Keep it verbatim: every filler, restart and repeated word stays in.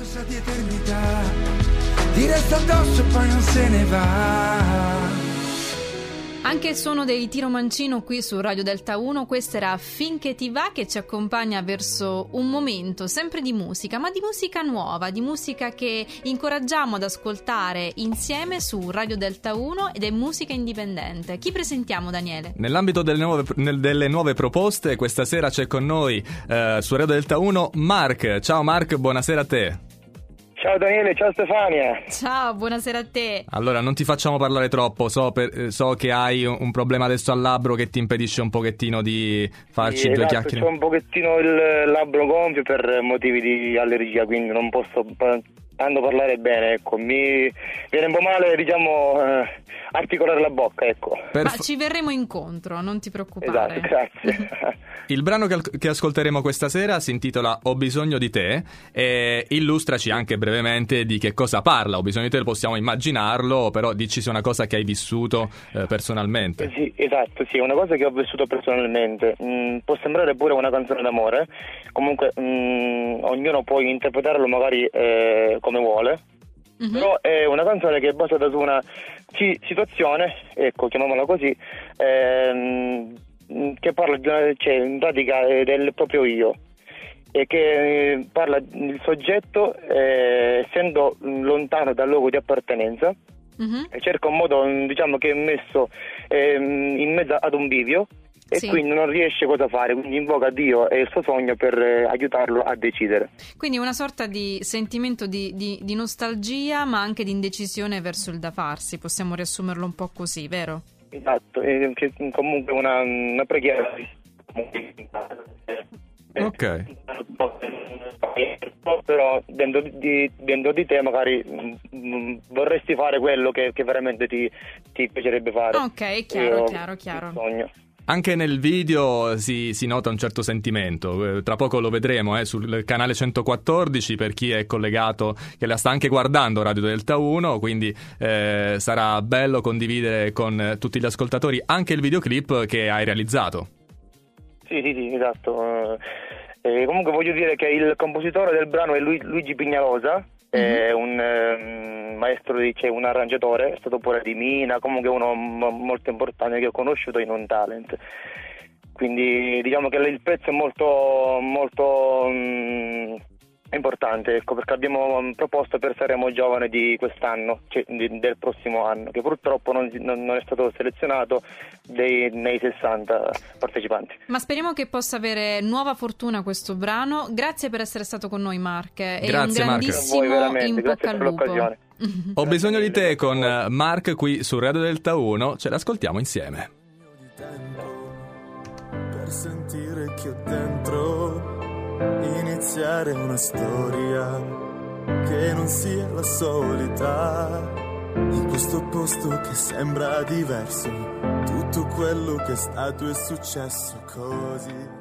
Qualcosa di eternità, ti resta addosso e poi non se ne va. Anche il suono dei Tiro Mancino qui su Radio Delta uno, questa era Finché ti va, che ci accompagna verso un momento sempre di musica, ma di musica nuova, di musica che incoraggiamo ad ascoltare insieme su Radio Delta uno ed è musica indipendente. Chi presentiamo, Daniele? Nell'ambito delle nuove, delle nuove proposte, questa sera c'è con noi eh, su Radio Delta uno Mark. Ciao Mark, buonasera a te. Ciao Daniele, ciao Stefania. Ciao, buonasera a te. Allora, non ti facciamo parlare troppo, so, per, so che hai un, un problema adesso al labbro che ti impedisce un pochettino di farci sì, due esatto, chiacchiere. C'ho un pochettino il labbro gonfio per motivi di allergia, quindi non posso tanto parlare bene, ecco. Mi viene un po' male, diciamo, eh, articolare la bocca, ecco. Ma ci verremo incontro, non ti preoccupare. Esatto, grazie. Il brano che, che ascolteremo questa sera si intitola Ho bisogno di te e illustraci anche brevemente di che cosa parla. Ho bisogno di te, possiamo immaginarlo, però dici se è una cosa che hai vissuto eh, personalmente. Eh sì, esatto, sì, è una cosa che ho vissuto personalmente. Mm, può sembrare pure una canzone d'amore, comunque mm, ognuno può interpretarlo magari eh, come vuole. Mm-hmm. Però è una canzone che è basata su una sì, situazione, ecco, chiamiamola così, ehm, che parla di una, cioè, in pratica del proprio io, e che parla il soggetto eh, essendo lontano dal luogo di appartenenza, mm-hmm. e cerca un modo, diciamo, che è messo eh, in mezzo ad un bivio. E sì. Quindi non riesce cosa fare, quindi invoca Dio e il suo sogno per eh, aiutarlo a decidere. Quindi una sorta di sentimento di, di, di nostalgia, ma anche di indecisione verso il da farsi, possiamo riassumerlo un po' così, vero? Esatto, e che comunque una, una preghiera. Ok. Però dentro di, dentro di te magari mh, vorresti fare quello che, che veramente ti, ti piacerebbe fare. Ok, chiaro, Io, chiaro, chiaro. Sogno. Anche nel video si, si nota un certo sentimento, tra poco lo vedremo eh, sul canale centoquattordici per chi è collegato, che la sta anche guardando Radio Delta uno, quindi eh, sarà bello condividere con tutti gli ascoltatori anche il videoclip che hai realizzato. Sì, sì, sì, esatto. Eh, comunque voglio dire che il compositore del brano è Luigi Pignalosa, è un eh, maestro, di, cioè un arrangiatore, è stato pure di Mina, comunque uno m- molto importante che ho conosciuto in un talent. Quindi diciamo che il pezzo è molto molto mh, importante, ecco, perché abbiamo proposto per Sanremo Giovane di quest'anno, cioè di, del prossimo anno, che purtroppo non, non, non è stato selezionato dei, nei sessanta partecipanti. Ma speriamo che possa avere nuova fortuna questo brano. Grazie per essere stato con noi, Mark, e grazie, un grandissimo Mark. in bocca al lupo. Ho bisogno di te con Mark qui su Radio Delta uno, ce l'ascoltiamo insieme. Per sentire che ho dentro iniziare una storia che non sia la solita, in questo posto che sembra diverso, tutto quello che è stato è successo così.